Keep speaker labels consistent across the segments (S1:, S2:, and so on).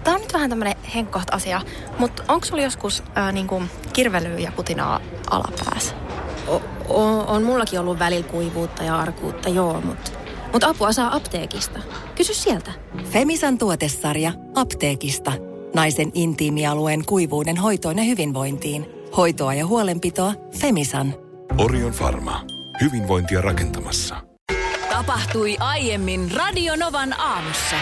S1: Tää on nyt vähän tämmönen henkkoht asia, mutta onko sulla joskus niinku kirvelyä ja putinaa alapäässä?
S2: On mullakin ollut välillä kuivuutta ja arkuutta, joo, mutta apua saa apteekista. Kysy sieltä.
S3: Femisan tuotesarja apteekista. Naisen intiimialueen kuivuuden hoitoon ja hyvinvointiin. Hoitoa ja huolenpitoa Femisan.
S4: Orion Pharma. Hyvinvointia rakentamassa.
S5: Tapahtui aiemmin Radio Novan aamussa.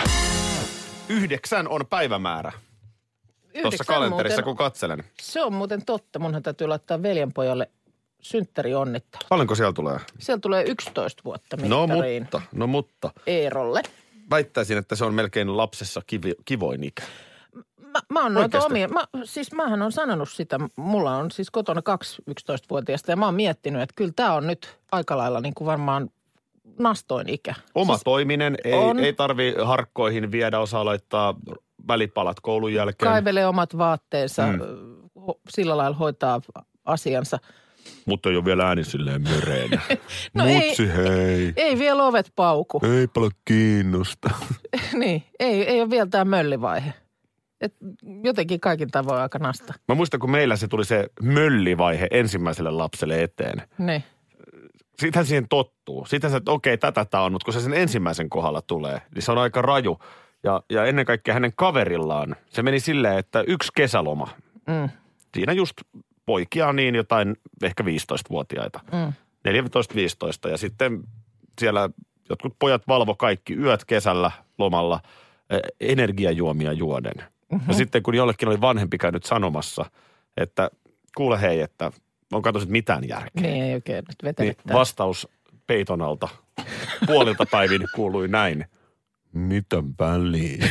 S6: 9 on päivämäärä. Tuossa kalenterissa,
S7: muuten,
S6: kun katselen.
S7: Se on muuten totta. Munhan täytyy laittaa veljenpojalle synttärionnittelut.
S6: Paljonko siellä tulee?
S7: Siellä tulee 11 vuotta mittariin.
S6: No mutta.
S7: Eerolle.
S6: Väittäisin, että se on melkein lapsessa kivoin ikä.
S7: Mä oon noita omia. Mähän on sanonut sitä. Mulla on siis kotona 2 11-vuotiaista ja mä oon miettinyt, että kyllä tää on nyt aika lailla niin kuin varmaan nastoin ikä.
S6: Oma toiminen, ei tarvi harkkoihin viedä, osaa laittaa välipalat koulun jälkeen.
S7: Kaivelee omat vaatteensa, sillä lailla hoitaa asiansa.
S6: Mutta ei ole vielä ääni silleen möreenä.
S7: No
S6: Mutsi, hei.
S7: Ei vielä ovet pauku.
S6: Ei paljon kiinnosta.
S7: Niin, ei ole vielä tämä möllivaihe. Et jotenkin kaikin tavoin aika nasta.
S6: Mä muistan, kun meillä se tuli se möllivaihe ensimmäiselle lapselle eteen.
S7: Niin.
S6: Siitähän siihen tottuu. Siitähän se, että okei, tätä on, mutta kun se sen ensimmäisen kohdalla tulee, niin se on aika raju. Ja ennen kaikkea hänen kaverillaan, se meni silleen, että 1 kesäloma. Siinä just poikia niin jotain ehkä 15-vuotiaita. 14-15 ja sitten siellä jotkut pojat valvo kaikki yöt kesällä lomalla energiajuomia juoden. Ja sitten kun jollekin oli vanhempi käynyt sanomassa, että kuule hei, että on katsoisit mitään järkeä.
S7: Niin ei oikein nyt vetelettä.
S6: Niin vastaus peiton alta puolilta päivin kuului näin. Mitä väliä?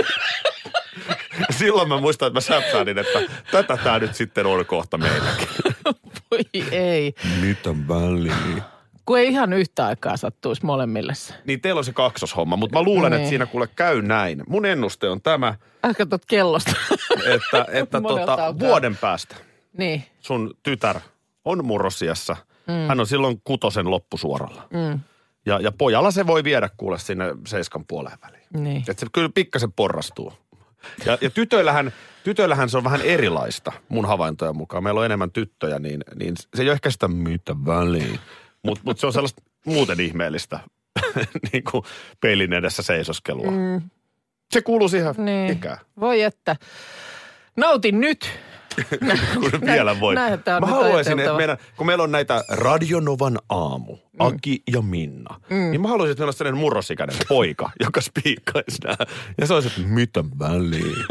S6: Silloin mä muistan, että mä säpsäänin, että tätä tää nyt sitten on kohta meilläkin.
S7: Voi ei.
S6: Mitä väliä?
S7: Kun ei ihan yhtä aikaa sattuisi molemmille.
S6: Niin teillä on se kaksoshomma, mutta mä luulen, että siinä kuule käy näin. Mun ennuste on tämä.
S7: Katsot kellosta.
S6: että vuoden päästä
S7: niin.
S6: sun tytär on murrosiassa. Hän on silloin 6 loppusuoralla. Ja pojalla se voi viedä kuule sinne 7 puoleen väliin.
S7: Niin.
S6: Että se kyllä pikkasen porrastuu. Ja tytöillähän se on vähän erilaista mun havaintojen mukaan. Meillä on enemmän tyttöjä, niin se ei ole ehkä sitä mitä väliin. Mutta se on sellaista muuten ihmeellistä niin kuin peilin edessä seisoskelua. Se kuuluu siihen ikään.
S7: Voi että. Nautin nyt.
S6: Kun vielä voi. Mä haluaisin, että kun meillä on näitä Radio Novan aamu, Aki ja Minna, niin mä haluaisin, että meillä olisi sellainen murrosikäinen poika, joka spiikkaisi nää. Ja se olisi, että mitä väliä.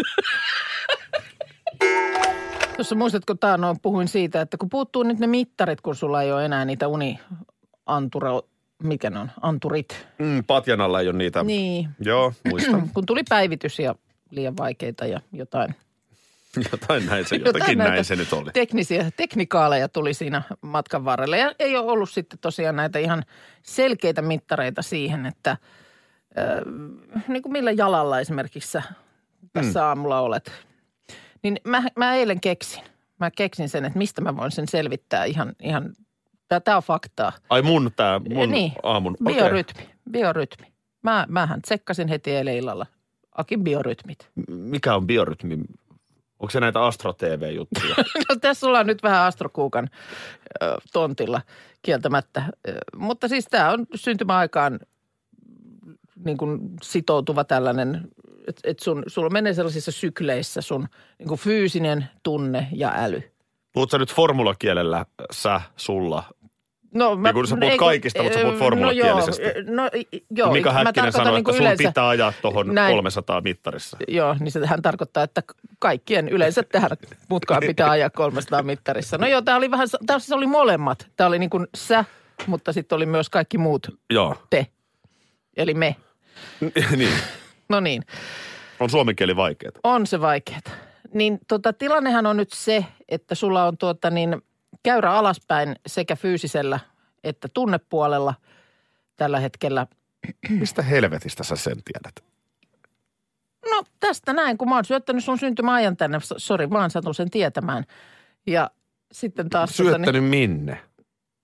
S7: Tuossa muistatko puhuin siitä, että kun puuttuu nyt ne mittarit, kun sulla ei ole enää niitä mikä ne on, anturit.
S6: Patjanalla ei ole niitä.
S7: Niin.
S6: Joo, muistan.
S7: Kun tuli päivitys ja liian vaikeita ja jotain.
S6: Jotakin näin se nyt oli.
S7: Teknikaaleja tuli siinä matkan varrella. Ja ei ole ollut sitten tosiaan näitä ihan selkeitä mittareita siihen, että niin kuin millä jalalla esimerkiksi sä tässä aamulla olet. Niin mä eilen keksin. Mä keksin sen, että mistä mä voin sen selvittää ihan tää on faktaa.
S6: Ai mun
S7: niin,
S6: aamun.
S7: Biorytmi. Mähän tsekkasin heti eilen illalla Akin biorytmit.
S6: Mikä on biorytmi? Onko se näitä Astro TV-juttuja?
S7: No tässä ollaan nyt vähän Astrokuukan tontilla kieltämättä. Mutta siis tämä on syntymäaikaan niin kuin sitoutuva tällainen, että sulla menee sellaisissa sykleissä sun niin kuin fyysinen tunne ja äly.
S6: Puhut sä nyt formulakielellä sulla?
S7: No,
S6: niin kun sä puhut kaikista, mutta sä puhut formulakielisesti.
S7: No joo.
S6: Mika Häkkinen sanoi,
S7: niin
S6: että sun
S7: yleensä
S6: pitää ajaa tuohon 300 mittarissa.
S7: Joo, niin sehän tarkoittaa, että kaikkien yleensä tähän mutkaan pitää ajaa 300 mittarissa. No joo, tässä oli molemmat. Tämä oli niin kuin sä, mutta sitten oli myös kaikki muut te. Eli me.
S6: Niin.
S7: No niin.
S6: On suomen kieli vaikeaa.
S7: On se vaikeaa. Niin tilannehan on nyt se, että sulla on käyrä alaspäin sekä fyysisellä että tunnepuolella tällä hetkellä.
S6: Mistä helvetistä sä sen tiedät?
S7: No tästä näin, kun mä oon syöttänyt sun syntymäajan tänne. Sori, mä oon saanut sen tietämään. Ja sitten taas...
S6: Syöttänyt minne?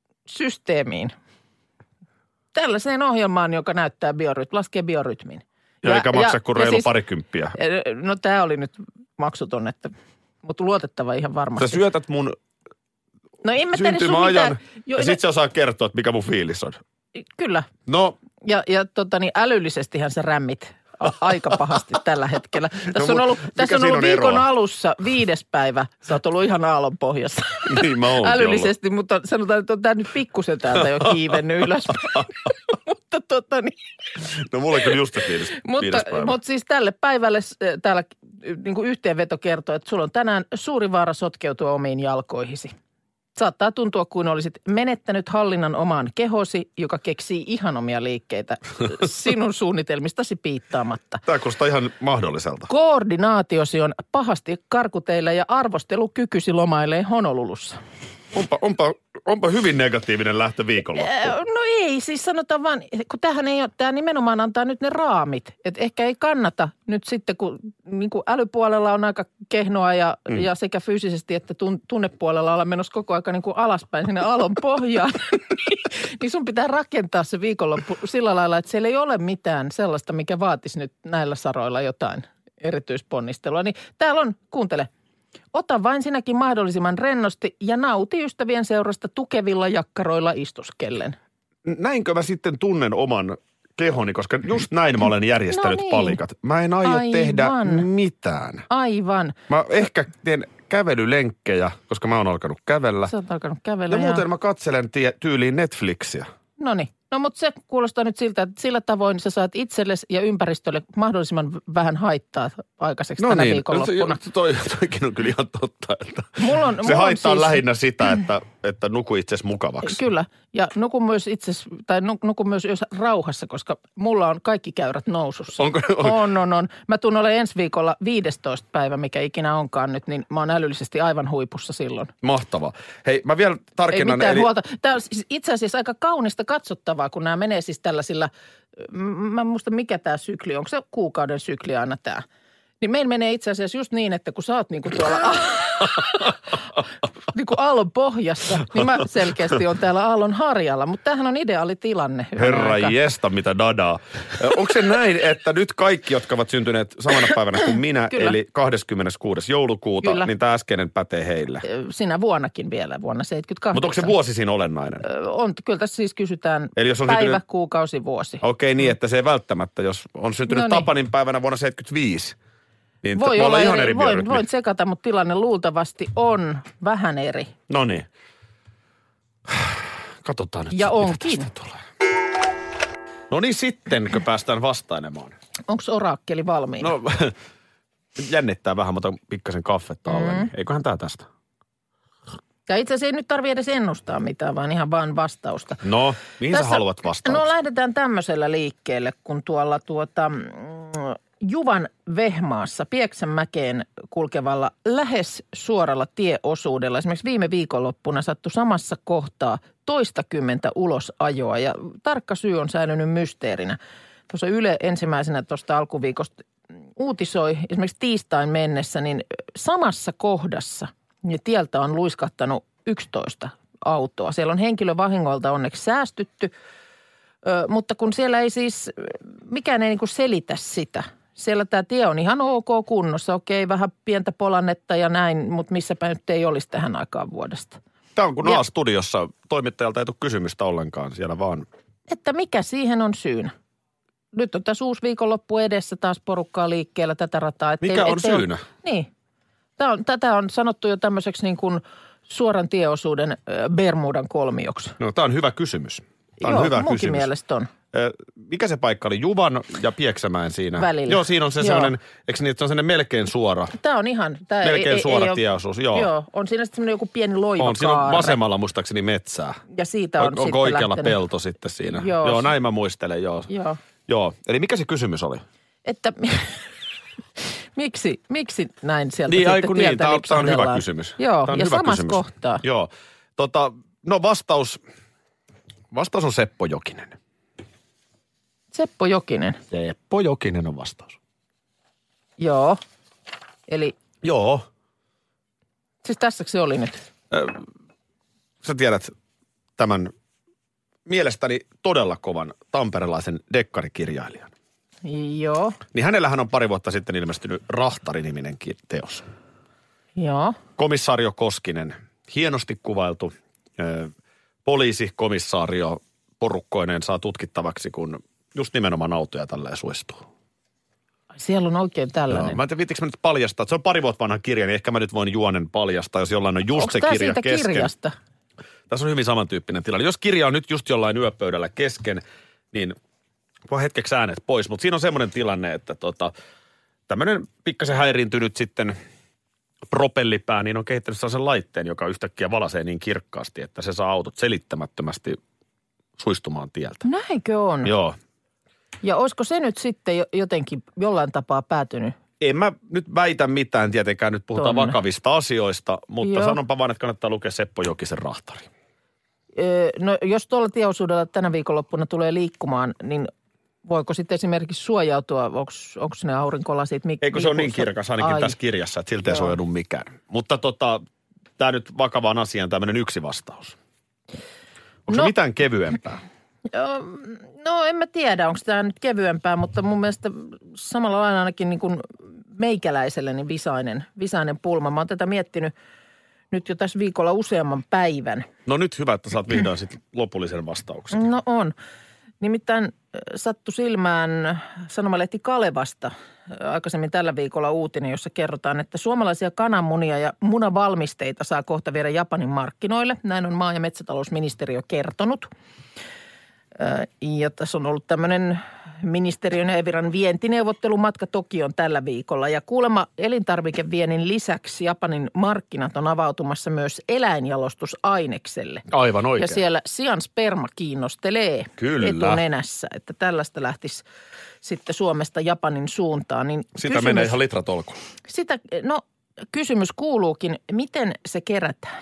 S7: Systeemiin. Tällaiseen ohjelmaan, joka näyttää laskee biorytmin.
S6: Ja eikä maksa kuin reilu
S7: siis,
S6: parikymppiä.
S7: No tämä oli nyt maksuton, mutta luotettava ihan varmasti.
S6: Sä syötät mun
S7: no en mä tiedä sun
S6: syntymäajan
S7: mitään.
S6: ja sit sä osaa kertoa, että mikä mun fiilis on.
S7: Kyllä.
S6: No.
S7: Ja älyllisestihän sä rämmit aika pahasti tällä hetkellä. Tässä on ollut viikon alussa 5. päivä. Sä oot ollut ihan aallon pohjassa.
S6: Niin mä oonkin
S7: älyllisesti,
S6: ollut.
S7: Mutta sanotaan, että on tää nyt pikkusen täältä jo kiivennyt ylöspäin. mutta
S6: No mulle kyllä just se fiilis.
S7: Mutta siis tälle päivälle täällä niin kuin yhteenveto kertoo, että sulla on tänään suuri vaara sotkeutua omiin jalkoihisi. Saattaa tuntua kuin olisit menettänyt hallinnan omaan kehosi, joka keksii ihan omia liikkeitä sinun suunnitelmistasi piittaamatta.
S6: Tämä kuulostaa ihan mahdolliselta.
S7: Koordinaatiosi on pahasti karkuteillä ja arvostelukykysi lomailee Honolulussa.
S6: Onpa hyvin negatiivinen lähtö viikonloppuun.
S7: No ei, siis sanotaan vaan, kun tämähän ei ole, tämä nimenomaan antaa nyt ne raamit. Että ehkä ei kannata nyt sitten, kun niin kuin älypuolella on aika kehnoa ja sekä fyysisesti että tunnepuolella ollaan menossa koko aika niin kuin alaspäin sinne aallon pohjaan. niin sun pitää rakentaa se viikonloppu sillä lailla, että siellä ei ole mitään sellaista, mikä vaatisi nyt näillä saroilla jotain erityisponnistelua. Niin täällä on, kuuntele. Ota vain sinäkin mahdollisimman rennosti ja nauti ystävien seurasta tukevilla jakkaroilla istuskellen.
S6: Näinkö mä sitten tunnen oman kehoni, koska just näin mä olen järjestänyt palikat. Mä en aio tehdä mitään.
S7: Aivan.
S6: Mä ehkä teen kävelylenkkejä, koska mä oon alkanut kävellä.
S7: Sä oot alkanut kävellä.
S6: Ja muuten mä katselen tyyliin Netflixiä.
S7: Noniin. No mutta se kuulostaa nyt siltä, että sillä tavoin sä saat itsellesi ja ympäristölle mahdollisimman vähän haittaa aikaiseksi tänä viikonloppuna.
S6: Toikin on kyllä ihan totta, että
S7: mulla
S6: haittaa
S7: siis
S6: lähinnä sitä, että nuku itsesi mukavaksi.
S7: Kyllä, ja nuku myös rauhassa, koska mulla on kaikki käyrät nousussa.
S6: Onko?
S7: On. Mä tuun olemaan ensi viikolla 15. päivä, mikä ikinä onkaan nyt, niin mä oon älyllisesti aivan huipussa silloin.
S6: Mahtavaa. Hei, mä vielä tarkennan.
S7: Ei mitään huolta. Tämä on siis itse asiassa aika kaunista katsottavaa, kun nämä menee siis tällaisilla, mä en muista mikä tämä sykli, onko se kuukauden sykli aina tämä? Niin meillä menee itse asiassa just niin, että kun sä oot niinku tuolla niinku aallon pohjassa, niin mä selkeästi on täällä aallon harjalla. Mutta tämähän on ideaali tilanne.
S6: Herra jesta, mitä dadaa. Onko se näin, että nyt kaikki, jotka ovat syntyneet samana päivänä kuin minä,
S7: Kyllä.
S6: eli 26. joulukuuta,
S7: Kyllä.
S6: niin tämä äskeinen pätee heille?
S7: Sinä vuonnakin vielä, vuonna 78.
S6: Mutta onko se vuosi siinä olennainen?
S7: On, kyllä tässä siis kysytään
S6: eli jos on
S7: päivä,
S6: syntynyt
S7: kuukausi, vuosi.
S6: Okei, niin että se ei välttämättä, jos on syntynyt Tapanin päivänä vuonna 75, niin
S7: voi olla
S6: ihan eri biorytmi.
S7: Voin sekata, mutta tilanne luultavasti on vähän eri.
S6: No niin. Katsotaan nyt,
S7: ja onkin.
S6: Mitä tulee. No niin sittenkö päästään vastailemaan?
S7: Onko oraakkeli valmiina?
S6: No jännittää vähän, mä otan pikkasen kaffetta alle. Niin eiköhän tää tästä.
S7: Ja itse asiassa ei nyt tarvitse edes ennustaa mitään, vaan ihan vaan vastausta.
S6: No, mihin sä haluat vastausta?
S7: No lähdetään tämmöisellä liikkeelle, kun tuolla Juvan Vehmaassa Pieksämäkeen kulkevalla lähes suoralla tieosuudella. Esimerkiksi viime viikonloppuna sattui samassa kohtaa 20 ulosajoa ja tarkka syy on säilynyt mysteerinä. Tuossa Yle ensimmäisenä tuosta alkuviikosta uutisoi esimerkiksi tiistain mennessä, niin samassa kohdassa niin tieltä on luiskahtanut 11 autoa. Siellä on henkilövahingoilta onneksi säästytty, mutta kun siellä ei siis, mikään ei niin kuin selitä sitä. Siellä tämä tie on ihan ok kunnossa, okei, vähän pientä polannetta ja näin, mutta missäpä nyt ei olisi tähän aikaan vuodesta.
S6: Tämä on kun A-studiossa toimittajalta ei tule kysymystä ollenkaan siellä vaan.
S7: Että mikä siihen on syynä? Nyt on tässä uusi viikonloppu edessä taas porukkaa liikkeellä tätä rataa.
S6: Mikä on syynä?
S7: Niin. Tätä on sanottu jo tämmöiseksi niin kuin suoran tieosuuden Bermudan kolmioksi.
S6: No tämä on hyvä kysymys. Tämä on
S7: Joo,
S6: hyvä
S7: munkin
S6: kysymys.
S7: mielestä on.
S6: Mikä se paikka oli? Juvan ja Pieksämäen siinä?
S7: Välillä.
S6: Joo, siinä on se sellainen, eikö niin, että se on sellainen melkein suora?
S7: Tämä on ihan.
S6: Melkein suora tieosuus, joo.
S7: Joo, on siinä sitten semmoinen joku pieni loivakaare.
S6: On, siinä on vasemmalla muistaakseni metsää.
S7: Ja siitä on
S6: onko
S7: sitten
S6: oikealla
S7: lähtenyt.
S6: Pelto sitten siinä?
S7: Joo,
S6: näin mä muistelen, joo. Joo, eli mikä se kysymys oli?
S7: Että miksi näin sieltä
S6: niin,
S7: sitten tieltä
S6: tämä on hyvä kysymys.
S7: Joo,
S6: tämä on
S7: ja
S6: hyvä
S7: samassa
S6: kysymys.
S7: kohtaa.
S6: Joo, no vastaus on Seppo Jokinen.
S7: Seppo Jokinen.
S6: Seppo Jokinen on vastaus.
S7: Joo, eli
S6: Joo.
S7: siis tässä se oli nyt.
S6: Sä tiedät tämän mielestäni todella kovan tamperelaisen dekkarikirjailijan.
S7: Joo.
S6: Niin hänellähän on pari vuotta sitten ilmestynyt Rahtari-niminenkin teos.
S7: Joo.
S6: Komissaario Koskinen, hienosti kuvailtu poliisikomissaario porukkoineen saa tutkittavaksi, kun just nimenomaan autoja tälleen suistuu.
S7: Siellä on oikein tällainen.
S6: Joo, mä en tiedä, viittikö mä nyt paljastaa. Se on pari vuotta vanha kirja, niin ehkä mä nyt voin juonen paljastaa, jos jollain on just
S7: onko
S6: se
S7: tää
S6: kirja
S7: siitä
S6: kesken.
S7: Kirjasta?
S6: Tässä on hyvin samantyyppinen tilanne. Jos kirja on nyt just jollain yöpöydällä kesken, niin voi hetkeksi äänet pois. Mutta siinä on semmoinen tilanne, että tämmöinen pikkasen häiriintynyt sitten propellipää, niin on kehittänyt sellaisen laitteen, joka yhtäkkiä valaisee niin kirkkaasti, että se saa autot selittämättömästi suistumaan tieltä.
S7: Näinkö on?
S6: Joo.
S7: Ja olisiko se nyt sitten jotenkin jollain tapaa päätynyt?
S6: En mä nyt väitä mitään, tietenkään nyt puhutaan vakavista asioista, mutta sanonpa vaan, että kannattaa lukea Seppo Jokisen Rahtari.
S7: No jos tuolla tieosuudella tänä viikonloppuna tulee liikkumaan, niin voiko sitten esimerkiksi suojautua, onko ne aurinkolasit?
S6: Eikö se ole niin kirkas ainakin tässä kirjassa, että siltä ei suojaudu mikään. Mutta tämä nyt vakavaan asiaan tämmöinen yksi vastaus. Onko se mitään kevyempää?
S7: No en mä tiedä, onko tämä nyt kevyempää, mutta mun mielestä samalla lailla ainakin niin kuin meikäläiselle niin visainen pulma. Mä oon tätä miettinyt nyt jo tässä viikolla useamman päivän.
S6: No nyt hyvä, että saat vihdoin sitten lopullisen vastauksen.
S7: No on. Nimittäin sattui silmään sanomalehti Kalevasta aikaisemmin tällä viikolla uutinen, jossa kerrotaan, että suomalaisia kananmunia ja munavalmisteita saa kohta viedä Japanin markkinoille. Näin on maa- ja metsätalousministeriö kertonut. Ja tässä on ollut tämmöinen ministeriön ja Eviran vientineuvottelumatka Tokioon tällä viikolla. Ja kuulemma elintarvikeviennin lisäksi Japanin markkinat on avautumassa myös eläinjalostusainekselle.
S6: Aivan oikein.
S7: Ja siellä sian sperma kiinnostelee etunenässä, että tällaista lähtisi sitten Suomesta Japanin suuntaan. Niin
S6: sitä menee ihan litratolkulla.
S7: Kysymys kuuluukin, miten se kerätään?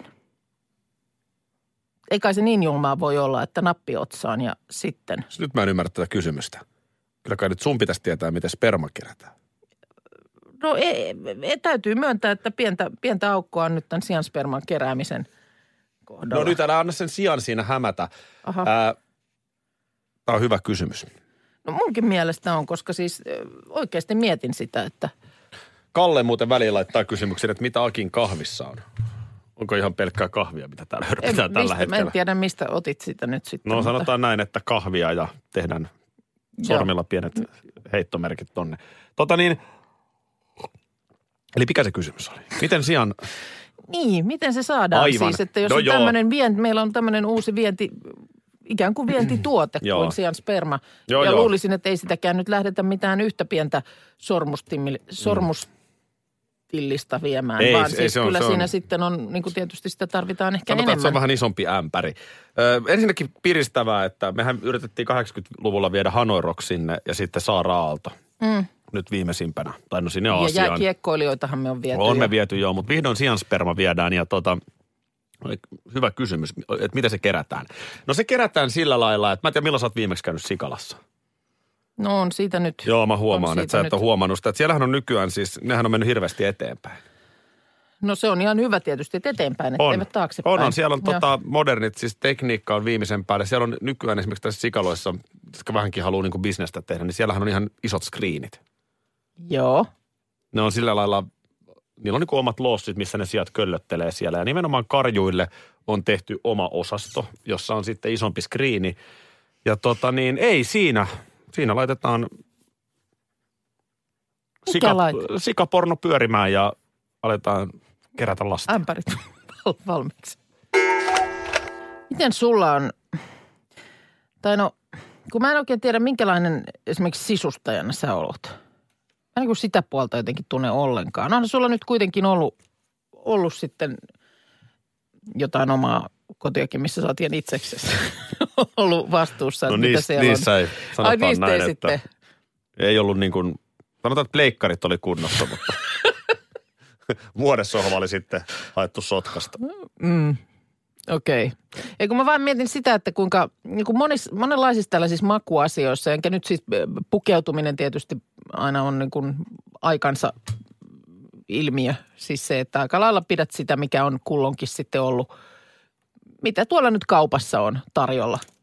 S7: Ei kai se niin julmaa voi olla, että nappi otsaan ja sitten.
S6: Nyt mä en ymmärrä tätä kysymystä. Kyllä kai nyt sun pitäisi tietää, miten sperma kerätään.
S7: No täytyy myöntää, että pientä aukkoa on nyt tämän siansperman keräämisen kohdalla.
S6: No nyt älä anna sen sian siinä hämätä. Tämä on hyvä kysymys.
S7: No munkin mielestä on, koska siis oikeasti mietin sitä, että.
S6: Kalle muuten väliin laittaa kysymyksen, että mitä Akin kahvissa on. Onko ihan pelkkää kahvia, mitä täällä hörpitään tällä hetkellä?
S7: Mä en tiedä, mistä otit sitä nyt sitten.
S6: No sanotaan näin, että kahvia ja tehdään sormilla pienet heittomerkit tonne. Eli mikä se kysymys oli? Miten sian?
S7: Niin, miten se saadaan
S6: Aivan.
S7: siis, että jos on tämmöinen meillä on tämmöinen uusi ikään kuin vientituote kuin sian sperma. Ja luulisin, että ei sitäkään nyt lähdetä mitään yhtä pientä sormustillista viemään, vaan siis kyllä siinä sitten on, niin kuin tietysti sitä tarvitaan ehkä
S6: sanotaan,
S7: enemmän.
S6: Että se on vähän isompi ämpäri. Ensinnäkin piristävää, että mehän yritettiin 80-luvulla viedä Hanoi Rock sinne ja sitten Saara Aalto. Nyt viimeisimpänä. Tai no sinne Aasiaan.
S7: Ja jääkiekkoilijoitahan me on viety.
S6: On me viety joo, mutta vihdoin siansperma viedään ja hyvä kysymys, että miten se kerätään. No se kerätään sillä lailla, että mä en tiedä milloin sä oot viimeksi käynyt Sikalassa.
S7: No on siitä nyt.
S6: Joo, mä huomaan, että sä et ole huomannut sitä. Että siellähän on nykyään siis, nehän on mennyt hirveästi eteenpäin.
S7: No se on ihan hyvä tietysti, että eteenpäin, että eivät taaksepäin.
S6: On. Siellä on modernit, siis tekniikka on viimeisen päälle. Siellä on nykyään esimerkiksi tässä Sikaloissa, jotka vähänkin haluaa niin kuin bisnestä tehdä, niin siellähän on ihan isot screenit.
S7: Joo.
S6: Ne on sillä lailla, niillä on niin kuin omat lossit, missä ne sijat köllöttelee siellä. Ja nimenomaan karjuille on tehty oma osasto, jossa on sitten isompi screeni. Ja ei siinä laitetaan sikaporno pyörimään ja aletaan kerätä lasta.
S7: Ämpärit valmiiksi. Miten sulla on, kun mä en oikein tiedä minkälainen esimerkiksi sisustajana sä olet. Mä niin kuin sitä puolta jotenkin tunne ollenkaan. Onhan sulla nyt kuitenkin ollut sitten jotain omaa kotiakin, missä sä oot ihan itseksesi ollut vastuussa.
S6: No
S7: niissä
S6: ei sanotaan näin, että
S7: sitten.
S6: Ei ollut niin kuin, sanotaan, että pleikkarit oli kunnossa, mutta vuodessohva oli sitten haettu sotkasta.
S7: Okei. Ei kun mä vaan mietin sitä, että kuinka niin kuin monenlaisissa tällaisissa makuasioissa, enkä nyt siis pukeutuminen tietysti aina on niin kuin aikansa ilmiö. Siis se, että aika lailla pidät sitä, mikä on kulloinkin sitten ollut, mitä tuolla nyt kaupassa on tarjolla.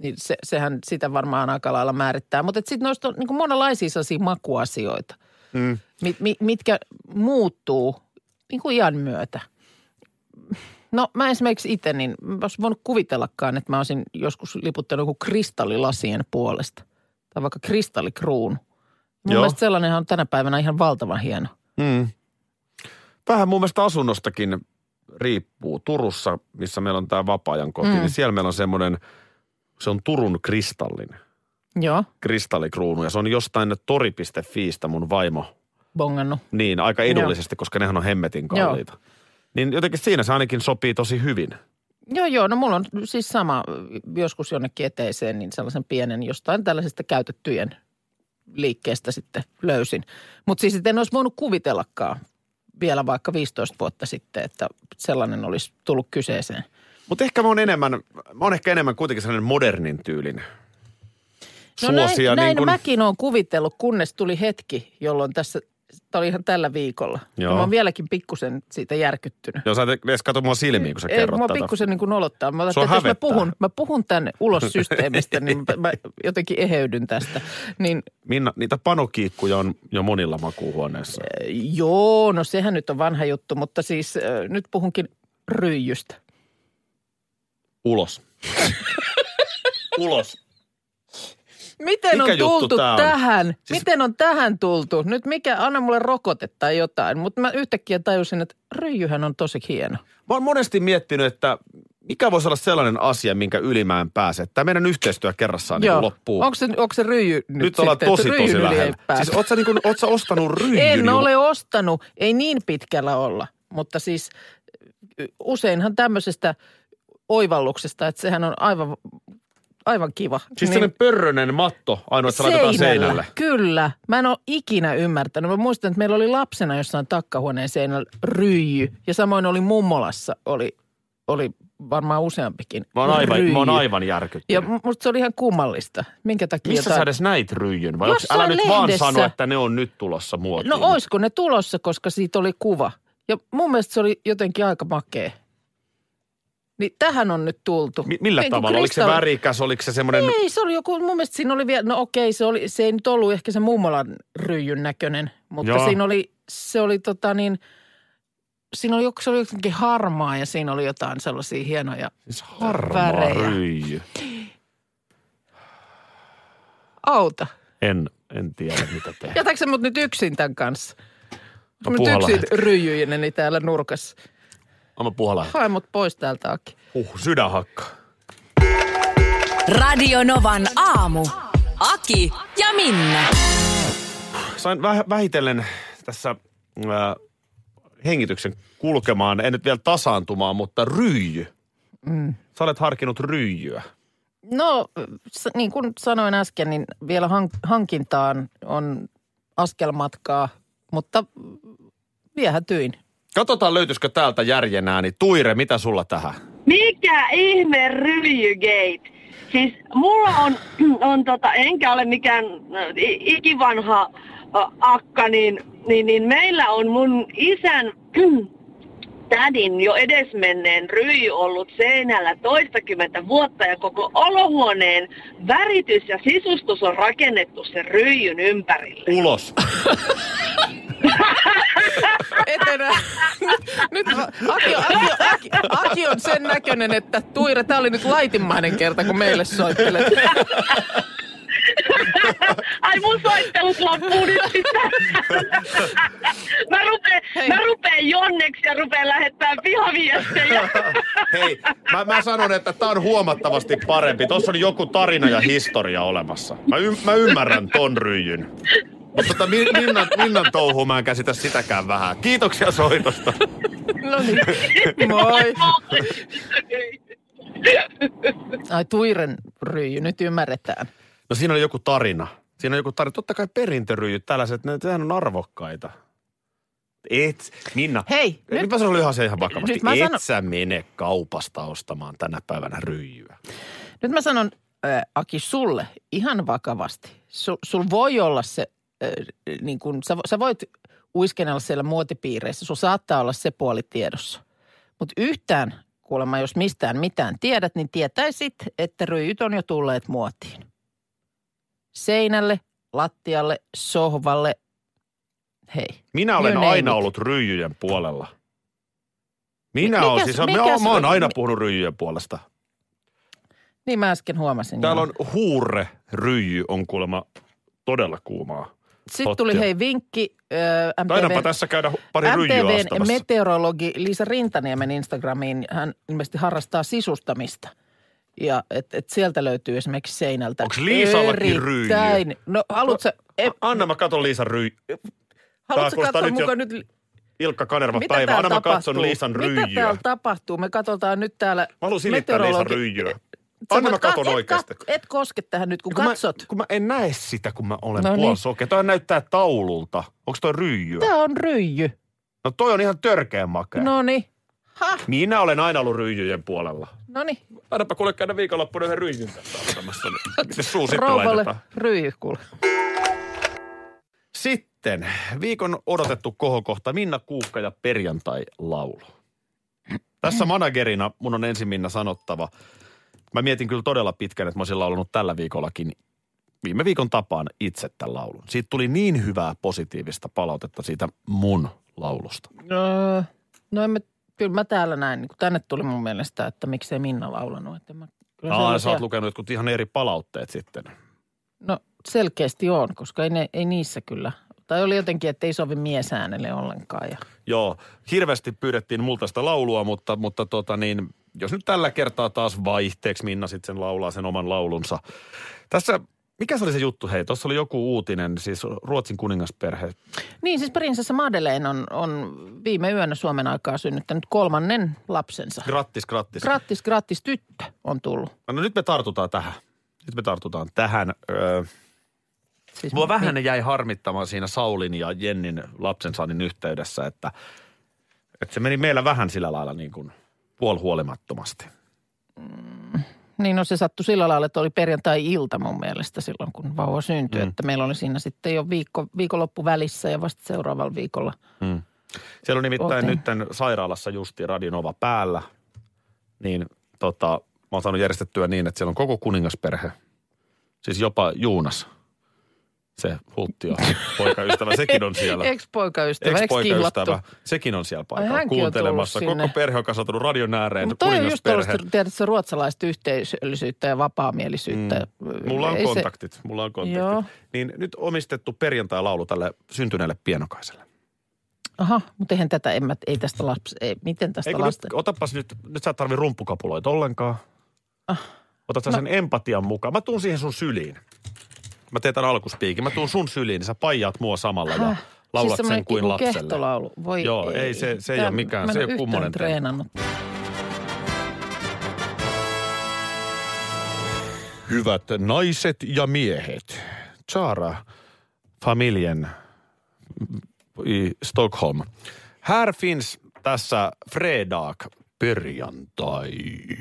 S7: Niin sehän sitä varmaan aika lailla määrittää. Mutta sitten noista on niin kuin monenlaisia sellaisia makuasioita, mitkä muuttuu niin kuin iän myötä. No mä esimerkiksi itse, niin mä olisin voinut kuvitellakaan, että mä olisin joskus liputtanut joku kristallilasien puolesta. Tai vaikka kristallikruunu. Mun mielestä sellainenhan on tänä päivänä ihan valtavan hieno.
S6: Vähän mun mielestä asunnostakin riippuu. Turussa, missä meillä on tämä vapaa-ajan koti, niin siellä meillä on semmoinen, se on Turun kristallinen.
S7: Joo.
S6: Kristallikruunu ja se on jostain tori.fiistä mun vaimo.
S7: Bongannut.
S6: Niin, aika edullisesti, koska nehän on hemmetin kalliita. Joo. Niin jotenkin siinä se ainakin sopii tosi hyvin. Joo, no mulla on siis sama joskus jonnekin eteiseen, niin sellaisen pienen jostain tällaisesta käytettyjen liikkeestä sitten löysin. Mutta siis en olisi voinut kuvitellakaan vielä vaikka 15 vuotta sitten, että sellainen olisi tullut kyseeseen. Mutta ehkä mä oon ehkä enemmän kuitenkin sellainen modernin tyylin suosia.
S7: No näin
S6: niin kun
S7: mäkin oon kuvitellut, kunnes tuli hetki, jolloin tämä oli ihan tällä viikolla. Joo. Ja mä oon vieläkin pikkusen siitä järkyttynyt.
S6: Joo, sä et edes katso mua silmiin, kun sä kerrot
S7: mua
S6: tätä.
S7: pikkusen niin kuin nolottaa. Mä ajattelin, että jos mä puhun tämän ulos systeemistä, niin mä jotenkin eheydyn tästä. Niin,
S6: Minna, niitä panokiikkuja on jo monilla makuuhuoneissa.
S7: Joo, no sehän nyt on vanha juttu, mutta siis nyt puhunkin ryijystä.
S6: Ulos. Ulos.
S7: Miten
S6: mikä
S7: on tultu tähän?
S6: Siis
S7: Miten on tähän tultu? Nyt anna mulle rokote tai jotain. Mutta mä yhtäkkiä tajusin, että ryijyhän on tosi hieno.
S6: Mä oon monesti miettinyt, että mikä voisi olla sellainen asia, minkä yli mä en pääse. Tämä meidän yhteistyö kerrassaan niin loppuu.
S7: Onko se ryijy nyt
S6: ollaan
S7: sitten,
S6: tosi lähellä. Siis oot sä ostanut ryijyn?
S7: En ole ostanut. Ei niin pitkällä olla. Mutta siis useinhan tämmöisestä oivalluksesta, että sehän on aivan kiva.
S6: Siis sellainen pörrönen matto, ainoa, että se laitetaan seinälle.
S7: Kyllä. Mä en ole ikinä ymmärtänyt. Mä muistan, että meillä oli lapsena jossain takkahuoneen seinällä ryijy. Ja samoin oli mummolassa, oli varmaan useampikin
S6: Mä oon aivan järkyttynyt.
S7: Ja musta se oli ihan kummallista. Minkä takia
S6: missä sä edes näit ryijyn? Vai älä nyt vaan sano, että ne on nyt tulossa muotiin.
S7: No oisko ne tulossa, koska siitä oli kuva. Ja mun mielestä se oli jotenkin aika makea. Niin tähän on nyt tultu.
S6: Millä tavalla? Oliko se värikäs? Oliko se semmoinen?
S7: Ei, se oli joku, mun mielestä siinä oli vielä, no okei, se ei nyt ollut ehkä se mummolan ryijyn näköinen, mutta siinä oli se oli jotenkin harmaa ja siinä oli jotain sellaisia hienoja
S6: siis harmaa
S7: värejä.
S6: ryijy.
S7: Auta.
S6: En tiedä, mitä tehdä.
S7: Jätätkö sä mut nyt yksin tämän kanssa?
S6: No,
S7: nyt yksin ryijyjäneni täällä nurkassa.
S6: Mä puhalaan.
S7: Hae mut pois täältä, Aki.
S6: Sydän hakkaa.
S5: Radio Novan aamu. Aki ja Minna.
S6: Sain vähitellen tässä hengityksen kulkemaan, en nyt vielä tasaantumaan, mutta ryijy. Sä olet harkinnut ryijyä.
S7: No, niin kuin sanoin äsken, niin vielä hankintaan on askelmatkaa, mutta viehätyin.
S6: Katsotaan, löytyisikö täältä järjenää, niin Tuire, mitä sulla tähän?
S8: Mikä ihme ryijygate? Siis mulla on enkä ole mikään ikivanha akka, niin meillä on mun isän tädin jo edesmenneen ryijy ollut seinällä toistakymmentä vuotta ja koko olohuoneen väritys ja sisustus on rakennettu sen ryijyn ympärille.
S6: Ulos.
S7: Nyt Aki on sen näköinen, että Tuire, tää oli nyt laitimmainen kerta, kun meille soittelet.
S8: Ai mun soittelut loppuu nyt sitten. Mä rupeen jonneksi ja rupeen lähettää pihaviestejä.
S6: Hei, mä sanon, että tää on huomattavasti parempi. Tossa on joku tarina ja historia olemassa. Mä ymmärrän ton ryijyn. Mutta Minnan touhua mä en käsitä sitäkään vähän. Kiitoksia soitosta.
S7: No niin, moi. Ai Tuiren ryijy, nyt ymmärretään.
S6: No siinä oli joku tarina. Totta kai perintöryijyt, tällaiset, nehän on arvokkaita. Minna.
S7: Hei.
S6: Nyt mä sanon ihan vakavasti. Sä mene kaupasta ostamaan tänä päivänä ryijyä.
S7: Nyt mä sanon, Aki, sulle ihan vakavasti. Sul voi olla se, niin kuin, sä voit uiskennella siellä muotipiireissä. Sulla saattaa olla se puoli tiedossa. Mutta yhtään kuulemma jos mistään mitään tiedät, niin tietäisit, että ryijyt on jo tulleet muotiin. Seinälle, lattialle, sohvalle, hei.
S6: Minä olen aina ollut ryijyjen puolella. Mä oon aina puhunut ryijyjen puolesta.
S7: Niin mä äsken huomasin.
S6: Täällä on ryijy on kuulemma todella kuumaa.
S7: Sitten tuli hei vinkki
S6: Taidapa tässä käydä pari ryijyä ostamassa.
S7: MTVn meteorologi Liisa Rintaniemen Instagramiin. Hän ilmeisesti harrastaa sisustamista. Ja et sieltä löytyy esimerkiksi seinältä.
S6: Onko Liisallakin ryijy?
S7: No haluatko
S6: Anna mä katon Liisan ryijy.
S7: Haluatko katsoa mukaan nyt...
S6: Ilkka Kanerva päivä. Anna mä katson Liisan ryijyä.
S7: Mitä täällä tapahtuu? Me katsotaan nyt täällä...
S6: Mä haluan silittää Liisan ryijyä. Anna mä katon oikeasti.
S7: Et koske tähän nyt, kun katsot.
S6: Kun mä en näe sitä, kun mä olen puolsokea. Toi näyttää taululta. Onko toi ryijyä?
S7: Tää on ryijy.
S6: No toi on ihan törkeän makea.
S7: Noniin.
S6: Minä olen aina ollut ryijyjen puolella.
S7: Noniin.
S6: Taidapa kuule käydä viikonloppuna yhden ryijyn tässä ottamassa. Miten suu sitten
S7: Rouvalle
S6: laitetaan?
S7: ryijy kuule.
S6: Sitten viikon odotettu kohokohta Minna Kuukka ja perjantai-laulu. Tässä managerina mun on ensin Minna sanottava. Mä mietin kyllä todella pitkään, että mä olisin laulunut tällä viikollakin viime viikon tapaan itse tämän laulun. Siitä tuli niin hyvää positiivista palautetta siitä mun laulusta.
S7: Kyllä mä täällä näin, niin kun tänne tuli mun mielestä, että miksei Minna laulanut. Että
S6: sä oot lukenut jotkut ihan eri palautteet sitten.
S7: No selkeästi on, koska ei niissä kyllä. Tai oli jotenkin, että ei sovi miesäänelle ollenkaan.
S6: Joo, hirveästi pyydettiin multa sitä laulua, mutta jos nyt tällä kertaa taas vaihteeksi Minna sitten sen laulaa sen oman laulunsa. Tässä, mikä se oli se juttu? Hei, tuossa oli joku uutinen, siis Ruotsin kuningasperhe.
S7: Niin, siis prinsessa Madeleine on viime yönä Suomen aikaa synnyttänyt 3. lapsensa. Grattis, tyttö on tullut.
S6: No nyt me tartutaan tähän. Siis mua vähän jäi harmittamaan siinä Saulin ja Jennin lapsensaannin yhteydessä, että se meni meillä vähän sillä lailla niin kuin puolihuolimattomasti.
S7: Niin, no se sattui sillä lailla, että oli perjantai-ilta mun mielestä silloin, kun vauva syntyi. Että meillä oli siinä sitten jo viikonloppu välissä ja vasta seuraavalla viikolla.
S6: Siellä on nimittäin nyt sairaalassa justi Radio Nova päällä. Niin mä oon saanut järjestettyä niin, että siellä on koko kuningasperhe. Siis jopa Juunas. Se Hulttio, poikaystävä, sekin on siellä.
S7: Ex-poikaystävä.
S6: Sekin on siellä paikalla kuuntelemassa. Koko perhe on kasvatunut radion ääreen.
S7: Mutta toi on just tuollaista, tiedätkö, ruotsalaista yhteisöllisyyttä ja vapaamielisyyttä.
S6: Mulla on kontaktit. Joo. Niin nyt omistettu perjantai-laulu tälle syntyneelle pienokaiselle.
S7: Aha, mutta eihän tätä, miten tästä lasta?
S6: Otapas nyt sä et tarvitse rumppukapuloita ollenkaan. Otat sä sen empatian mukaan. Mä tuun siihen sun syliin. Mä teen tämän alkuspiikin. Mä tuun sun syliin, niin sä paijaat mua samalla ja laulat siis sen kuin lapselle.
S7: Kehtolaulu. Voi
S6: joo, ei se ei ole mikään, se ei ole kummonen.
S7: Treenannut.
S6: Hyvät naiset ja miehet. Chara familjen i Stockholm. Här finns tässä fredag perjantai.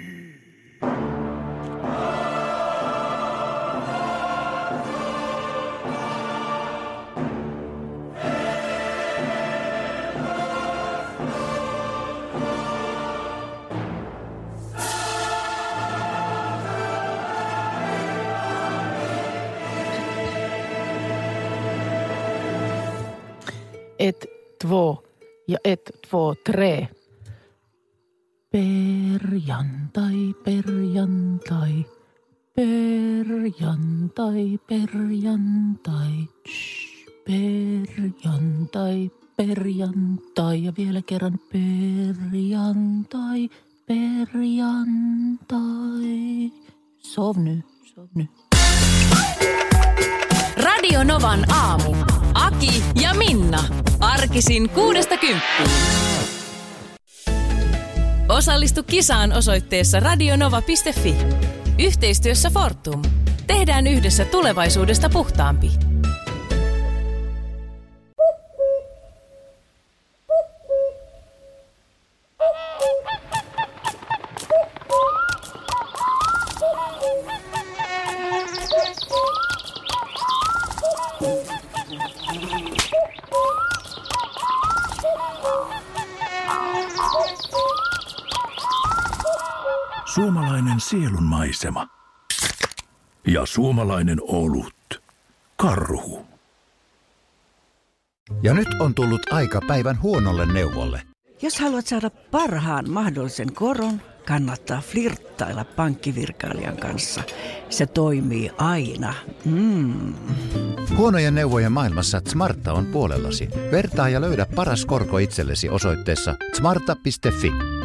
S7: Ett, två ja 1, 2, 3. Perjantai, perjantai, perjantai, perjantai, perjantai, perjantai ja vielä kerran perjantai, perjantai. Sov nu.
S5: Radio Novan aamu. Aki ja Minna. Arkisin 6–10. Osallistu kisaan osoitteessa radionova.fi. Yhteistyössä Fortum. Tehdään yhdessä tulevaisuudesta puhtaampi.
S9: Suomalainen sielunmaisema. Ja suomalainen olut. Karhu.
S10: Ja nyt on tullut aika päivän huonolle neuvolle.
S11: Jos haluat saada parhaan mahdollisen koron, kannattaa flirttailla pankkivirkailijan kanssa. Se toimii aina.
S10: Huonojen neuvojen maailmassa Smarta on puolellasi. Vertaa ja löydä paras korko itsellesi osoitteessa smarta.fi.